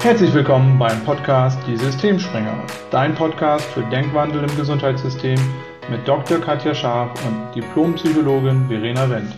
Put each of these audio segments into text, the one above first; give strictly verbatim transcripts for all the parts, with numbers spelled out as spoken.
Herzlich willkommen beim Podcast Die Systemspringer, dein Podcast für Denkwandel im Gesundheitssystem mit Doktor Katja Scharf und Diplompsychologin Verena Wendt.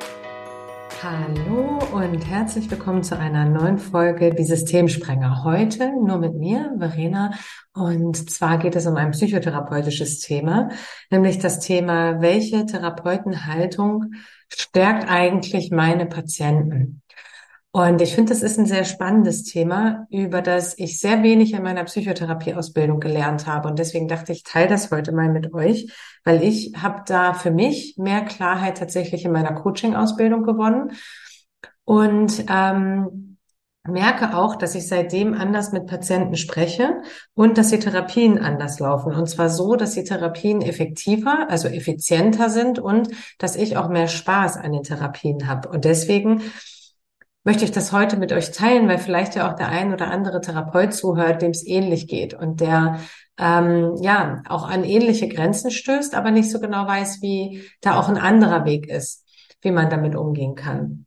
Hallo und herzlich willkommen zu einer neuen Folge Die Systemsprenger. Heute nur mit mir, Verena, und zwar geht es um ein psychotherapeutisches Thema, nämlich das Thema, welche Therapeutenhaltung stärkt eigentlich meine Patienten? Und ich finde, das ist ein sehr spannendes Thema, über das ich sehr wenig in meiner Psychotherapieausbildung gelernt habe. Und deswegen dachte ich, teile das heute mal mit euch, weil ich habe da für mich mehr Klarheit tatsächlich in meiner Coaching-Ausbildung gewonnen und ähm, merke auch, dass ich seitdem anders mit Patienten spreche und dass die Therapien anders laufen. Und zwar so, dass die Therapien effektiver, also effizienter sind und dass ich auch mehr Spaß an den Therapien habe. Und deswegen möchte ich das heute mit euch teilen, weil vielleicht ja auch der ein oder andere Therapeut zuhört, dem es ähnlich geht und der ähm, ja auch an ähnliche Grenzen stößt, aber nicht so genau weiß, wie da auch ein anderer Weg ist, wie man damit umgehen kann.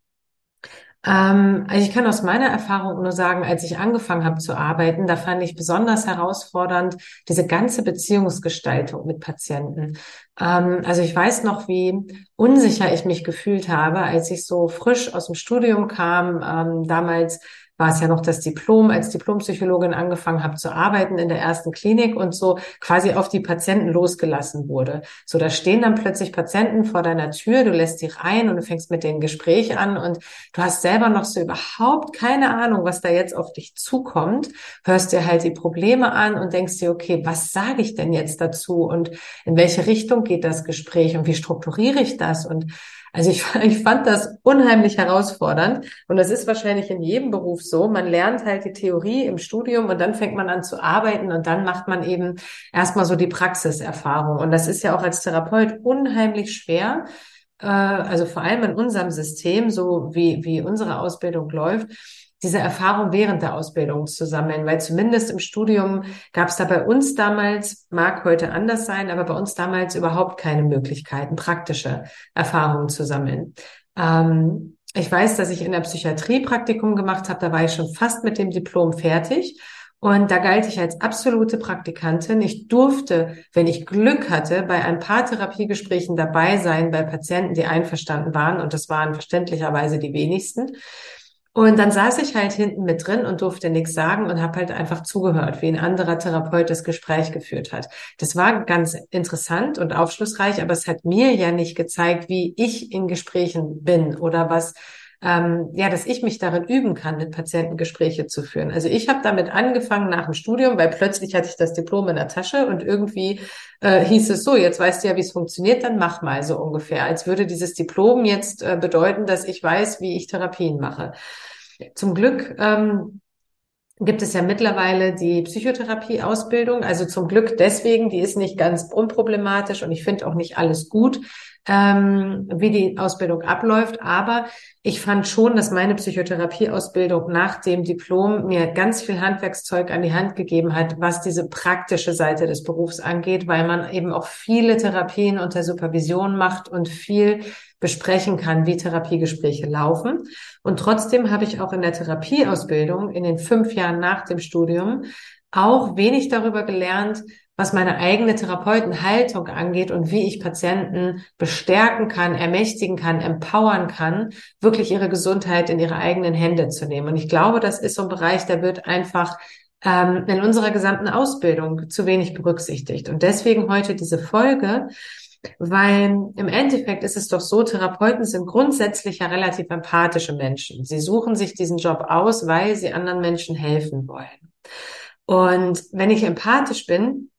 Ähm, also ich kann aus meiner Erfahrung nur sagen, als ich angefangen habe zu arbeiten, da fand ich besonders herausfordernd diese ganze Beziehungsgestaltung mit Patienten. Ähm, also ich weiß noch, wie unsicher ich mich gefühlt habe, als ich so frisch aus dem Studium kam. Ähm, damals war es ja noch das Diplom, als Diplompsychologin angefangen habe zu arbeiten in der ersten Klinik und so quasi auf die Patienten losgelassen wurde. So, da stehen dann plötzlich Patienten vor deiner Tür, du lässt die rein und du fängst mit denen ein Gespräch an und du hast selber noch so überhaupt keine Ahnung, was da jetzt auf dich zukommt, hörst dir halt die Probleme an und denkst dir, okay, was sage ich denn jetzt dazu und in welche Richtung geht das Gespräch und wie strukturiere ich das? Und also ich, ich fand das unheimlich herausfordernd und das ist wahrscheinlich in jedem Beruf so. Man lernt halt die Theorie im Studium und dann fängt man an zu arbeiten und dann macht man eben erstmal so die Praxiserfahrung. Und das ist ja auch als Therapeut unheimlich schwer, also vor allem in unserem System, so wie, wie unsere Ausbildung läuft, diese Erfahrung während der Ausbildung zu sammeln, weil zumindest im Studium gab es da bei uns damals, mag heute anders sein, aber bei uns damals überhaupt keine Möglichkeiten, praktische Erfahrungen zu sammeln. Ähm, ich weiß, dass ich in der Psychiatrie Praktikum gemacht habe, da war ich schon fast mit dem Diplom fertig. Und da galt ich als absolute Praktikantin. Ich durfte, wenn ich Glück hatte, bei ein paar Therapiegesprächen dabei sein, bei Patienten, die einverstanden waren. Und das waren verständlicherweise die wenigsten. Und dann saß ich halt hinten mit drin und durfte nichts sagen und habe halt einfach zugehört, wie ein anderer Therapeut das Gespräch geführt hat. Das war ganz interessant und aufschlussreich, aber es hat mir ja nicht gezeigt, wie ich in Gesprächen bin oder was ähm, ja, dass ich mich darin üben kann, mit Patienten Gespräche zu führen. Also ich habe damit angefangen nach dem Studium, weil plötzlich hatte ich das Diplom in der Tasche und irgendwie äh, hieß es so, jetzt weißt du ja, wie es funktioniert, dann mach mal so ungefähr. Als würde dieses Diplom jetzt äh, bedeuten, dass ich weiß, wie ich Therapien mache. Zum Glück ähm, gibt es ja mittlerweile die Psychotherapie-Ausbildung. Also zum Glück deswegen, die ist nicht ganz unproblematisch und ich finde auch nicht alles gut, ähm, wie die Ausbildung abläuft. Aber ich fand schon, dass meine Psychotherapie-Ausbildung nach dem Diplom mir ganz viel Handwerkszeug an die Hand gegeben hat, was diese praktische Seite des Berufs angeht, weil man eben auch viele Therapien unter Supervision macht und viel besprechen kann, wie Therapiegespräche laufen. Und trotzdem habe ich auch in der Therapieausbildung in den fünf Jahren nach dem Studium auch wenig darüber gelernt, was meine eigene Therapeutenhaltung angeht und wie ich Patienten bestärken kann, ermächtigen kann, empowern kann, wirklich ihre Gesundheit in ihre eigenen Hände zu nehmen. Und ich glaube, das ist so ein Bereich, der wird einfach ähm, in unserer gesamten Ausbildung zu wenig berücksichtigt. Und deswegen heute diese Folge, weil im Endeffekt ist es doch so, Therapeuten sind grundsätzlich ja relativ empathische Menschen. Sie suchen sich diesen Job aus, weil sie anderen Menschen helfen wollen. Und wenn ich empathisch bin,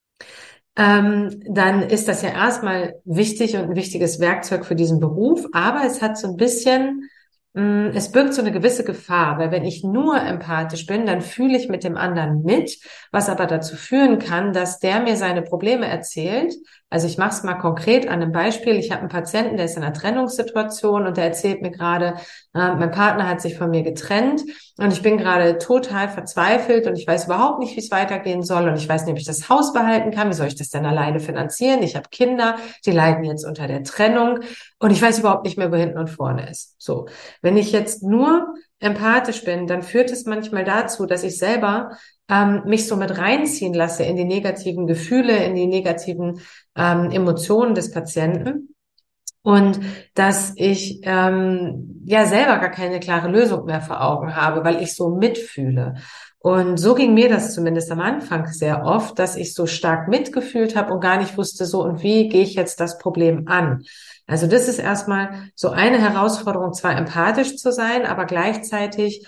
ähm, dann ist das ja erstmal wichtig und ein wichtiges Werkzeug für diesen Beruf. Aber es hat so ein bisschen, mh, es birgt so eine gewisse Gefahr, weil wenn ich nur empathisch bin, dann fühle ich mit dem anderen mit, was aber dazu führen kann, dass der mir seine Probleme erzählt, Also ich mache es mal konkret an einem Beispiel. Ich habe einen Patienten, der ist in einer Trennungssituation und der erzählt mir gerade, äh, mein Partner hat sich von mir getrennt und ich bin gerade total verzweifelt und ich weiß überhaupt nicht, wie es weitergehen soll und ich weiß nicht, ob ich das Haus behalten kann. Wie soll ich das denn alleine finanzieren? Ich habe Kinder, die leiden jetzt unter der Trennung und ich weiß überhaupt nicht mehr, wo hinten und vorne ist. So, wenn ich jetzt nur empathisch bin, dann führt es manchmal dazu, dass ich selber ähm, mich so mit reinziehen lasse in die negativen Gefühle, in die negativen ähm, Emotionen des Patienten und dass ich ähm, ja selber gar keine klare Lösung mehr vor Augen habe, weil ich so mitfühle. Und so ging mir das zumindest am Anfang sehr oft, dass ich so stark mitgefühlt habe und gar nicht wusste, so und wie gehe ich jetzt das Problem an. Also das ist erstmal so eine Herausforderung, zwar empathisch zu sein, aber gleichzeitig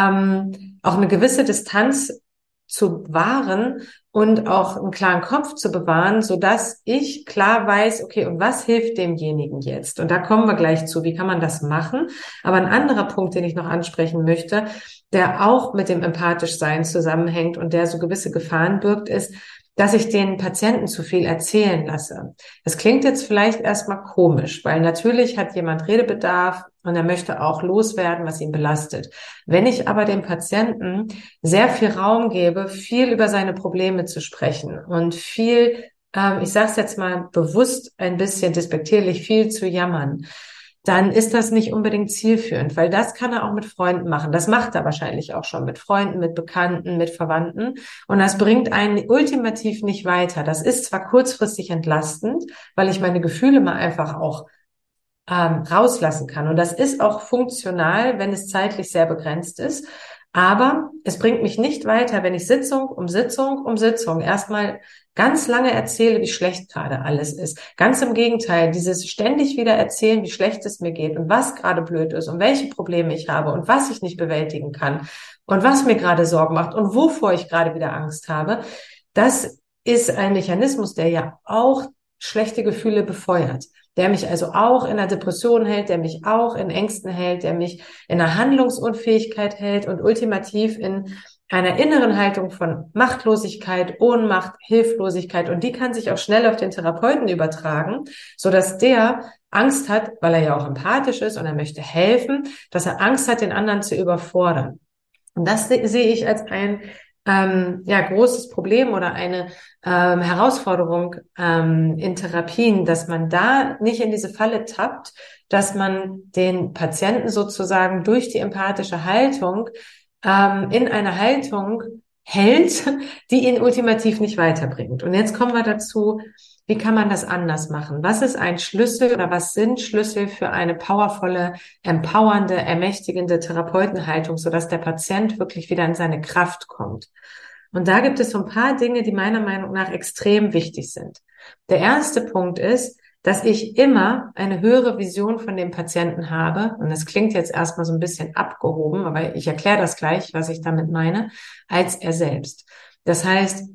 ähm, auch eine gewisse Distanz zu wahren und auch einen klaren Kopf zu bewahren, so dass ich klar weiß, okay, und was hilft demjenigen jetzt? Und da kommen wir gleich zu, wie kann man das machen? Aber ein anderer Punkt, den ich noch ansprechen möchte, der auch mit dem empathisch Sein zusammenhängt und der so gewisse Gefahren birgt, ist, dass ich den Patienten zu viel erzählen lasse. Das klingt jetzt vielleicht erstmal komisch, weil natürlich hat jemand Redebedarf und er möchte auch loswerden, was ihn belastet. Wenn ich aber dem Patienten sehr viel Raum gebe, viel über seine Probleme zu sprechen und viel, ähm, ich sage es jetzt mal bewusst ein bisschen despektierlich, viel zu jammern, dann ist das nicht unbedingt zielführend, weil das kann er auch mit Freunden machen. Das macht er wahrscheinlich auch schon mit Freunden, mit Bekannten, mit Verwandten. Und das bringt einen ultimativ nicht weiter. Das ist zwar kurzfristig entlastend, weil ich meine Gefühle mal einfach auch ähm, rauslassen kann. Und das ist auch funktional, wenn es zeitlich sehr begrenzt ist. Aber es bringt mich nicht weiter, wenn ich Sitzung um Sitzung um Sitzung erstmal ganz lange erzähle, wie schlecht gerade alles ist. Ganz im Gegenteil, dieses ständig wieder erzählen, wie schlecht es mir geht und was gerade blöd ist und welche Probleme ich habe und was ich nicht bewältigen kann und was mir gerade Sorgen macht und wovor ich gerade wieder Angst habe. Das ist ein Mechanismus, der ja auch schlechte Gefühle befeuert, der mich also auch in einer Depression hält, der mich auch in Ängsten hält, der mich in einer Handlungsunfähigkeit hält und ultimativ in einer inneren Haltung von Machtlosigkeit, Ohnmacht, Hilflosigkeit. Und die kann sich auch schnell auf den Therapeuten übertragen, so dass der Angst hat, weil er ja auch empathisch ist und er möchte helfen, dass er Angst hat, den anderen zu überfordern. Und das sehe ich als ein ähm, ja großes Problem oder eine ähm, Herausforderung ähm, in Therapien, dass man da nicht in diese Falle tappt, dass man den Patienten sozusagen durch die empathische Haltung ähm, in eine Haltung hält, die ihn ultimativ nicht weiterbringt. Und jetzt kommen wir dazu, wie kann man das anders machen? Was ist ein Schlüssel oder was sind Schlüssel für eine powervolle, empowernde, ermächtigende Therapeutenhaltung, sodass der Patient wirklich wieder in seine Kraft kommt? Und da gibt es so ein paar Dinge, die meiner Meinung nach extrem wichtig sind. Der erste Punkt ist, dass ich immer eine höhere Vision von dem Patienten habe. Und das klingt jetzt erstmal so ein bisschen abgehoben, aber ich erkläre das gleich, was ich damit meine, als er selbst. Das heißt,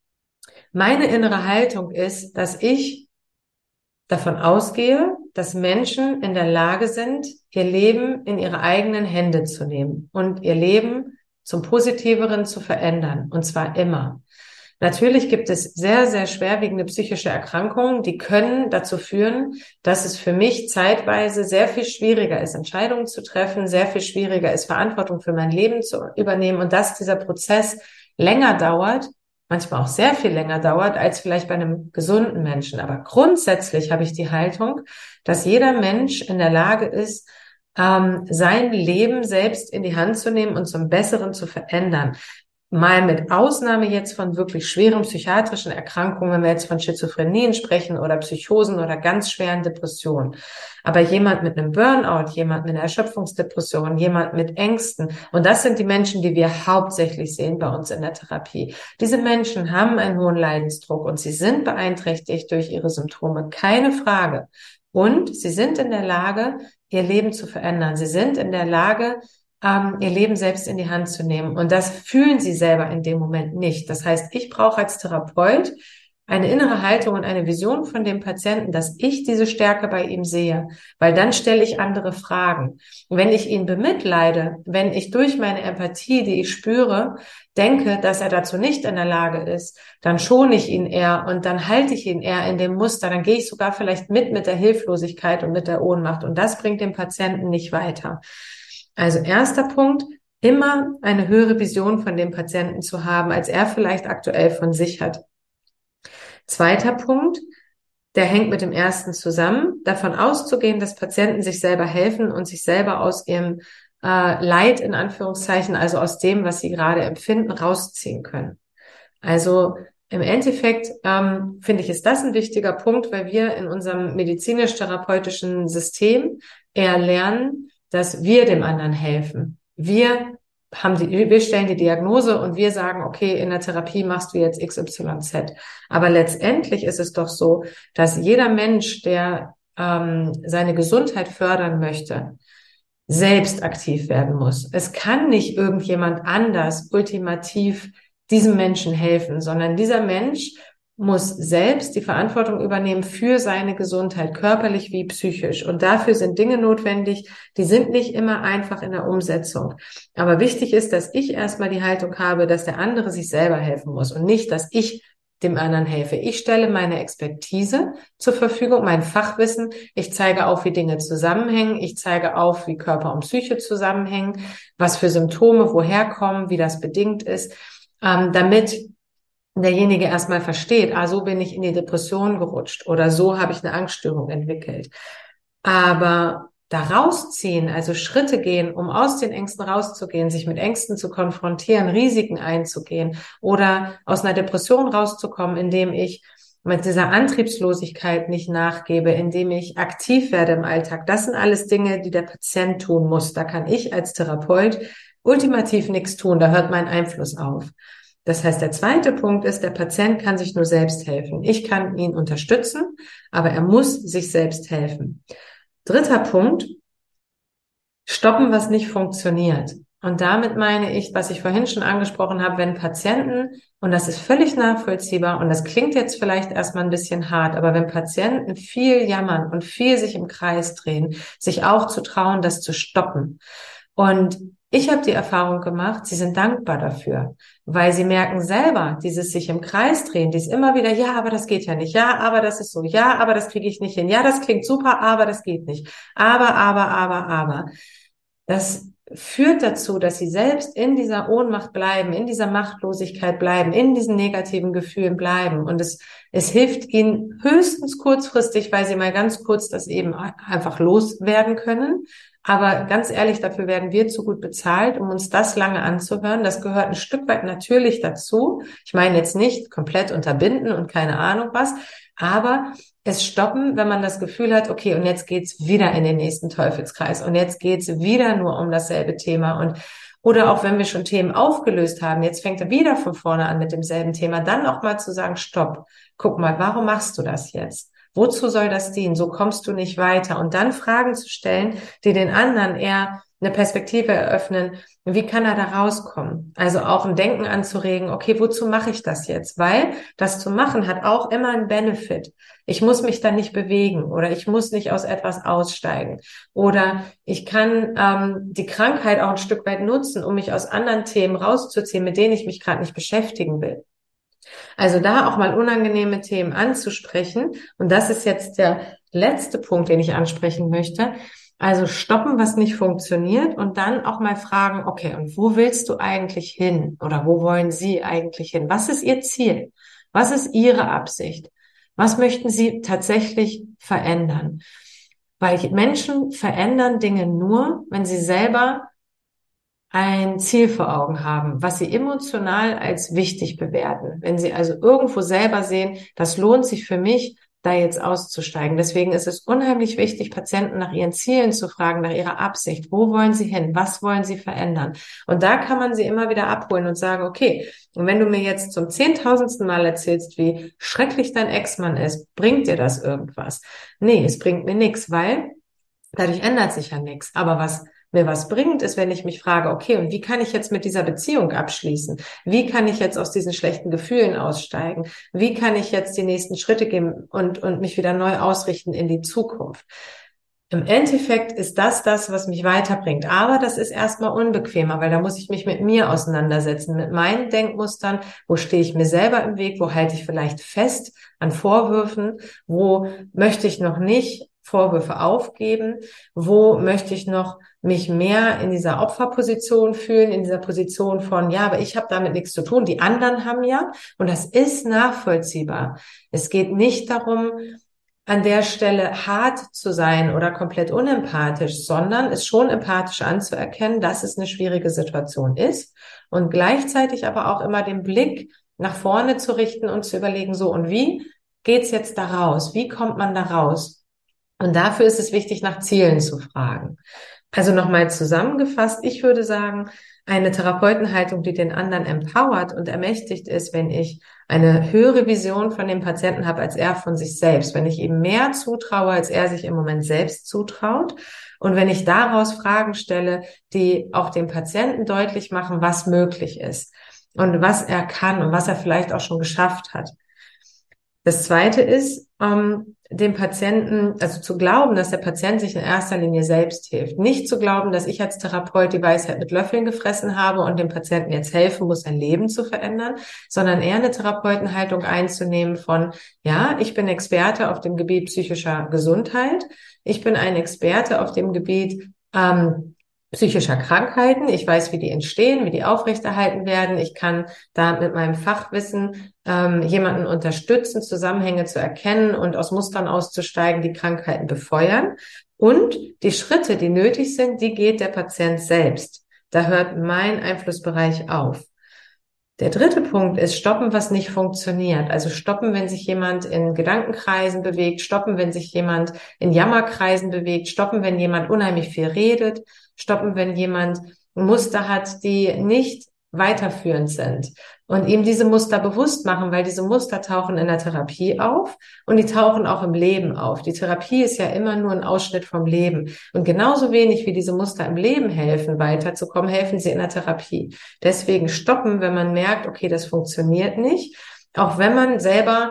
meine innere Haltung ist, dass ich davon ausgehe, dass Menschen in der Lage sind, ihr Leben in ihre eigenen Hände zu nehmen und ihr Leben zum Positiveren zu verändern. Und zwar immer. Natürlich gibt es sehr, sehr schwerwiegende psychische Erkrankungen, die können dazu führen, dass es für mich zeitweise sehr viel schwieriger ist, Entscheidungen zu treffen, sehr viel schwieriger ist, Verantwortung für mein Leben zu übernehmen und dass dieser Prozess länger dauert, manchmal auch sehr viel länger dauert, als vielleicht bei einem gesunden Menschen. Aber grundsätzlich habe ich die Haltung, dass jeder Mensch in der Lage ist, ähm, sein Leben selbst in die Hand zu nehmen und zum Besseren zu verändern. Mal mit Ausnahme jetzt von wirklich schweren psychiatrischen Erkrankungen, wenn wir jetzt von Schizophrenien sprechen oder Psychosen oder ganz schweren Depressionen. Aber jemand mit einem Burnout, jemand mit einer Erschöpfungsdepression, jemand mit Ängsten, und das sind die Menschen, die wir hauptsächlich sehen bei uns in der Therapie. Diese Menschen haben einen hohen Leidensdruck und sie sind beeinträchtigt durch ihre Symptome, keine Frage. Und sie sind in der Lage, ihr Leben zu verändern. Sie sind in der Lage, Ähm, ihr Leben selbst in die Hand zu nehmen. Und das fühlen sie selber in dem Moment nicht. Das heißt, ich brauche als Therapeut eine innere Haltung und eine Vision von dem Patienten, dass ich diese Stärke bei ihm sehe, weil dann stelle ich andere Fragen. Und wenn ich ihn bemitleide, wenn ich durch meine Empathie, die ich spüre, denke, dass er dazu nicht in der Lage ist, dann schone ich ihn eher und dann halte ich ihn eher in dem Muster, dann gehe ich sogar vielleicht mit mit der Hilflosigkeit und mit der Ohnmacht und das bringt den Patienten nicht weiter. Also erster Punkt, immer eine höhere Vision von dem Patienten zu haben, als er vielleicht aktuell von sich hat. Zweiter Punkt, der hängt mit dem ersten zusammen, davon auszugehen, dass Patienten sich selber helfen und sich selber aus ihrem äh, Leid in Anführungszeichen, also aus dem, was sie gerade empfinden, rausziehen können. Also im Endeffekt ähm, finde ich, ist das ein wichtiger Punkt, weil wir in unserem medizinisch-therapeutischen System eher lernen, dass wir dem anderen helfen. Wir haben die, wir stellen die Diagnose und wir sagen, okay, in der Therapie machst du jetzt X Y Z. Aber letztendlich ist es doch so, dass jeder Mensch, der ähm, seine Gesundheit fördern möchte, selbst aktiv werden muss. Es kann nicht irgendjemand anders ultimativ diesem Menschen helfen, sondern dieser Mensch muss selbst die Verantwortung übernehmen für seine Gesundheit, körperlich wie psychisch. Und dafür sind Dinge notwendig, die sind nicht immer einfach in der Umsetzung. Aber wichtig ist, dass ich erstmal die Haltung habe, dass der andere sich selber helfen muss und nicht, dass ich dem anderen helfe. Ich stelle meine Expertise zur Verfügung, mein Fachwissen. Ich zeige auf, wie Dinge zusammenhängen. Ich zeige auf, wie Körper und Psyche zusammenhängen, was für Symptome woher kommen, wie das bedingt ist, ähm, damit derjenige erstmal versteht, ah, so bin ich in die Depression gerutscht oder so habe ich eine Angststörung entwickelt. Aber da rausziehen, also Schritte gehen, um aus den Ängsten rauszugehen, sich mit Ängsten zu konfrontieren, Risiken einzugehen oder aus einer Depression rauszukommen, indem ich mit dieser Antriebslosigkeit nicht nachgebe, indem ich aktiv werde im Alltag. Das sind alles Dinge, die der Patient tun muss. Da kann ich als Therapeut ultimativ nichts tun. Da hört mein Einfluss auf. Das heißt, der zweite Punkt ist, der Patient kann sich nur selbst helfen. Ich kann ihn unterstützen, aber er muss sich selbst helfen. Dritter Punkt, stoppen, was nicht funktioniert. Und damit meine ich, was ich vorhin schon angesprochen habe, wenn Patienten, und das ist völlig nachvollziehbar, und das klingt jetzt vielleicht erstmal ein bisschen hart, aber wenn Patienten viel jammern und viel sich im Kreis drehen, sich auch zu trauen, das zu stoppen. Und ich habe die Erfahrung gemacht, sie sind dankbar dafür, weil sie merken selber, dieses sich im Kreis drehen, dies immer wieder, ja, aber das geht ja nicht, ja, aber das ist so, ja, aber das kriege ich nicht hin, ja, das klingt super, aber das geht nicht, aber, aber, aber, aber. Das führt dazu, dass sie selbst in dieser Ohnmacht bleiben, in dieser Machtlosigkeit bleiben, in diesen negativen Gefühlen bleiben. Und es, es hilft ihnen höchstens kurzfristig, weil sie mal ganz kurz das eben einfach loswerden können. Aber ganz ehrlich, dafür werden wir zu gut bezahlt, um uns das lange anzuhören. Das gehört ein Stück weit natürlich dazu. Ich meine jetzt nicht komplett unterbinden und keine Ahnung was, aber es stoppen, wenn man das Gefühl hat, okay, und jetzt geht's wieder in den nächsten Teufelskreis und jetzt geht's wieder nur um dasselbe Thema und oder auch wenn wir schon Themen aufgelöst haben, jetzt fängt er wieder von vorne an mit demselben Thema, dann auch mal zu sagen, stopp, guck mal, warum machst du das jetzt? Wozu soll das dienen? So kommst du nicht weiter. Und dann Fragen zu stellen, die den anderen eher eine Perspektive eröffnen. Wie kann er da rauskommen? Also auch ein Denken anzuregen, okay, wozu mache ich das jetzt? Weil das zu machen hat auch immer einen Benefit. Ich muss mich dann nicht bewegen oder ich muss nicht aus etwas aussteigen. Oder ich kann ähm, die Krankheit auch ein Stück weit nutzen, um mich aus anderen Themen rauszuziehen, mit denen ich mich gerade nicht beschäftigen will. Also da auch mal unangenehme Themen anzusprechen. Und das ist jetzt der letzte Punkt, den ich ansprechen möchte. Also stoppen, was nicht funktioniert und dann auch mal fragen, okay, und wo willst du eigentlich hin? Oder wo wollen Sie eigentlich hin? Was ist Ihr Ziel? Was ist Ihre Absicht? Was möchten Sie tatsächlich verändern? Weil Menschen verändern Dinge nur, wenn sie selber ein Ziel vor Augen haben, was sie emotional als wichtig bewerten. Wenn sie also irgendwo selber sehen, das lohnt sich für mich, da jetzt auszusteigen. Deswegen ist es unheimlich wichtig, Patienten nach ihren Zielen zu fragen, nach ihrer Absicht. Wo wollen sie hin? Was wollen sie verändern? Und da kann man sie immer wieder abholen und sagen, okay, und wenn du mir jetzt zum zehntausendsten Mal erzählst, wie schrecklich dein Ex-Mann ist, bringt dir das irgendwas? Nee, es bringt mir nichts, weil dadurch ändert sich ja nichts. Aber was mir was bringt, ist, wenn ich mich frage, okay, und wie kann ich jetzt mit dieser Beziehung abschließen? Wie kann ich jetzt aus diesen schlechten Gefühlen aussteigen? Wie kann ich jetzt die nächsten Schritte gehen und, und mich wieder neu ausrichten in die Zukunft? Im Endeffekt ist das das, was mich weiterbringt. Aber das ist erstmal unbequemer, weil da muss ich mich mit mir auseinandersetzen, mit meinen Denkmustern. Wo stehe ich mir selber im Weg? Wo halte ich vielleicht fest an Vorwürfen? Wo möchte ich noch nicht Vorwürfe aufgeben? Wo möchte ich noch mich mehr in dieser Opferposition fühlen, in dieser Position von, ja, aber ich habe damit nichts zu tun. Die anderen haben ja. Und das ist nachvollziehbar. Es geht nicht darum, an der Stelle hart zu sein oder komplett unempathisch, sondern es schon empathisch anzuerkennen, dass es eine schwierige Situation ist und gleichzeitig aber auch immer den Blick nach vorne zu richten und zu überlegen, so, und wie geht's jetzt da raus? Wie kommt man da raus? Und dafür ist es wichtig, nach Zielen zu fragen. Also nochmal zusammengefasst, ich würde sagen, eine Therapeutenhaltung, die den anderen empowert und ermächtigt ist, wenn ich eine höhere Vision von dem Patienten habe als er von sich selbst, wenn ich ihm mehr zutraue, als er sich im Moment selbst zutraut und wenn ich daraus Fragen stelle, die auch dem Patienten deutlich machen, was möglich ist und was er kann und was er vielleicht auch schon geschafft hat. Das Zweite ist, ähm, dem Patienten, also zu glauben, dass der Patient sich in erster Linie selbst hilft. Nicht zu glauben, dass ich als Therapeut die Weisheit mit Löffeln gefressen habe und dem Patienten jetzt helfen muss, sein Leben zu verändern, sondern eher eine Therapeutenhaltung einzunehmen von, ja, ich bin Experte auf dem Gebiet psychischer Gesundheit. Ich bin ein Experte auf dem Gebiet, ähm, psychischer Krankheiten. Ich weiß, wie die entstehen, wie die aufrechterhalten werden. Ich kann da mit meinem Fachwissen ähm, jemanden unterstützen, Zusammenhänge zu erkennen und aus Mustern auszusteigen, die Krankheiten befeuern. Und die Schritte, die nötig sind, die geht der Patient selbst. Da hört mein Einflussbereich auf. Der dritte Punkt ist stoppen, was nicht funktioniert. Also stoppen, wenn sich jemand in Gedankenkreisen bewegt, stoppen, wenn sich jemand in Jammerkreisen bewegt, stoppen, wenn jemand unheimlich viel redet, stoppen, wenn jemand Muster hat, die nicht weiterführend sind und ihm diese Muster bewusst machen, weil diese Muster tauchen in der Therapie auf und die tauchen auch im Leben auf. Die Therapie ist ja immer nur ein Ausschnitt vom Leben und genauso wenig wie diese Muster im Leben helfen, weiterzukommen, helfen sie in der Therapie. Deswegen stoppen, wenn man merkt, okay, das funktioniert nicht, auch wenn man selber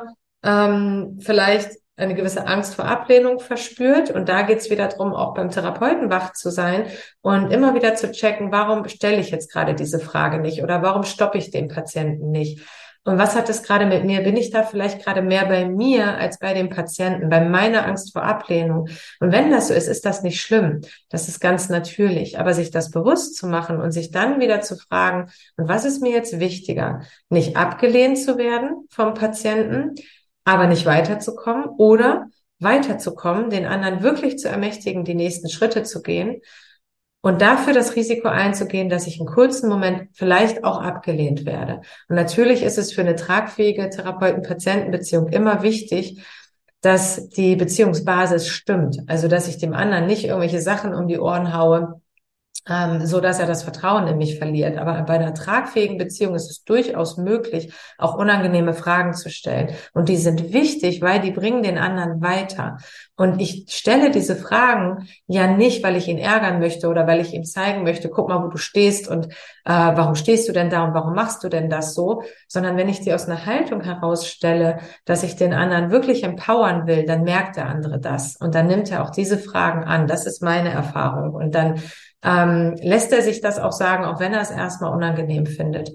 ähm, vielleicht eine gewisse Angst vor Ablehnung verspürt. Und da geht's wieder darum, auch beim Therapeuten wach zu sein und immer wieder zu checken, warum stelle ich jetzt gerade diese Frage nicht oder warum stoppe ich den Patienten nicht? Und was hat das gerade mit mir? Bin ich da vielleicht gerade mehr bei mir als bei dem Patienten, bei meiner Angst vor Ablehnung? Und wenn das so ist, ist das nicht schlimm. Das ist ganz natürlich. Aber sich das bewusst zu machen und sich dann wieder zu fragen, und was ist mir jetzt wichtiger? Nicht abgelehnt zu werden vom Patienten, aber nicht weiterzukommen oder weiterzukommen, den anderen wirklich zu ermächtigen, die nächsten Schritte zu gehen und dafür das Risiko einzugehen, dass ich einen kurzen Moment vielleicht auch abgelehnt werde. Und natürlich ist es für eine tragfähige Therapeuten-Patienten-Beziehung immer wichtig, dass die Beziehungsbasis stimmt. Also, dass ich dem anderen nicht irgendwelche Sachen um die Ohren haue, Ähm, so dass er das Vertrauen in mich verliert. Aber bei einer tragfähigen Beziehung ist es durchaus möglich, auch unangenehme Fragen zu stellen. Und die sind wichtig, weil die bringen den anderen weiter. Und ich stelle diese Fragen ja nicht, weil ich ihn ärgern möchte oder weil ich ihm zeigen möchte, guck mal, wo du stehst und äh, warum stehst du denn da und warum machst du denn das so, sondern wenn ich die aus einer Haltung herausstelle, dass ich den anderen wirklich empowern will, dann merkt der andere das. Und dann nimmt er auch diese Fragen an. Das ist meine Erfahrung. Und dann Ähm, lässt er sich das auch sagen, auch wenn er es erstmal unangenehm findet.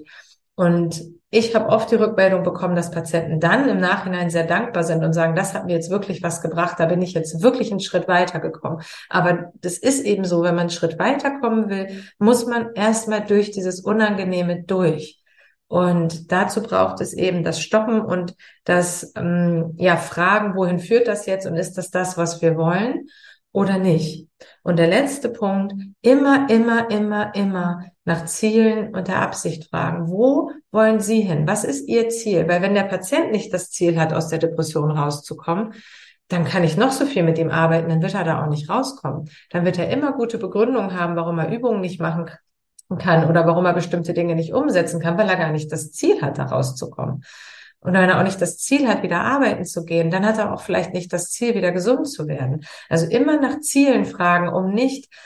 Und ich habe oft die Rückmeldung bekommen, dass Patienten dann im Nachhinein sehr dankbar sind und sagen, das hat mir jetzt wirklich was gebracht, da bin ich jetzt wirklich einen Schritt weitergekommen. Aber das ist eben so, wenn man einen Schritt weiterkommen will, muss man erstmal durch dieses Unangenehme durch. Und dazu braucht es eben das Stoppen und das ähm, ja Fragen, wohin führt das jetzt und ist das das, was wir wollen oder nicht? Und der letzte Punkt, immer, immer, immer, immer nach Zielen und der Absicht fragen. Wo wollen Sie hin? Was ist Ihr Ziel? Weil wenn der Patient nicht das Ziel hat, aus der Depression rauszukommen, dann kann ich noch so viel mit ihm arbeiten, dann wird er da auch nicht rauskommen. Dann wird er immer gute Begründungen haben, warum er Übungen nicht machen kann oder warum er bestimmte Dinge nicht umsetzen kann, weil er gar nicht das Ziel hat, da rauszukommen. Und wenn er auch nicht das Ziel hat, wieder arbeiten zu gehen, dann hat er auch vielleicht nicht das Ziel, wieder gesund zu werden. Also immer nach Zielen fragen, um nicht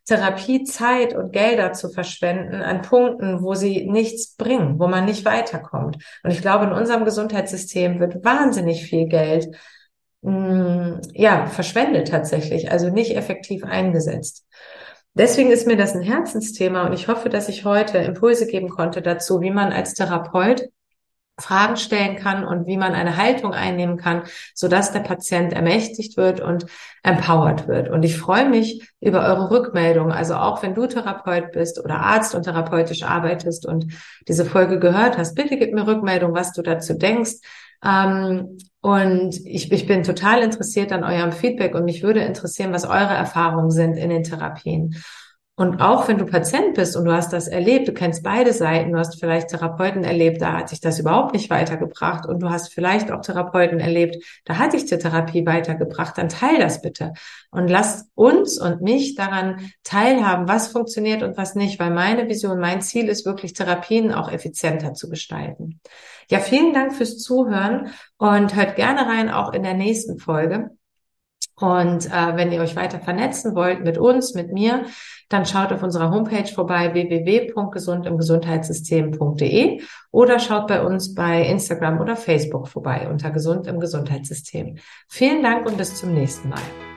Therapiezeit und Gelder zu verschwenden an Punkten, wo sie nichts bringen, wo man nicht weiterkommt. Und ich glaube, in unserem Gesundheitssystem wird wahnsinnig viel Geld mh, ja, verschwendet tatsächlich, also nicht effektiv eingesetzt. Deswegen ist mir das ein Herzensthema und ich hoffe, dass ich heute Impulse geben konnte dazu, wie man als Therapeut Fragen stellen kann und wie man eine Haltung einnehmen kann, sodass der Patient ermächtigt wird und empowered wird. Und ich freue mich über eure Rückmeldung. Also auch wenn du Therapeut bist oder Arzt und therapeutisch arbeitest und diese Folge gehört hast, bitte gib mir Rückmeldung, was du dazu denkst. Ähm, und ich, ich bin total interessiert an eurem Feedback und mich würde interessieren, was eure Erfahrungen sind in den Therapien. Und auch wenn du Patient bist und du hast das erlebt, du kennst beide Seiten, du hast vielleicht Therapeuten erlebt, da hat sich das überhaupt nicht weitergebracht und du hast vielleicht auch Therapeuten erlebt, da hat dich die Therapie weitergebracht, dann teil das bitte und lass uns und mich daran teilhaben, was funktioniert und was nicht, weil meine Vision, mein Ziel ist wirklich, Therapien auch effizienter zu gestalten. Ja, vielen Dank fürs Zuhören und hört gerne rein, auch in der nächsten Folge. Und äh, wenn ihr euch weiter vernetzen wollt mit uns, mit mir, dann schaut auf unserer Homepage vorbei w w w punkt gesund im gesundheitssystem punkt d e oder schaut bei uns bei Instagram oder Facebook vorbei unter Gesund im Gesundheitssystem. Vielen Dank und bis zum nächsten Mal.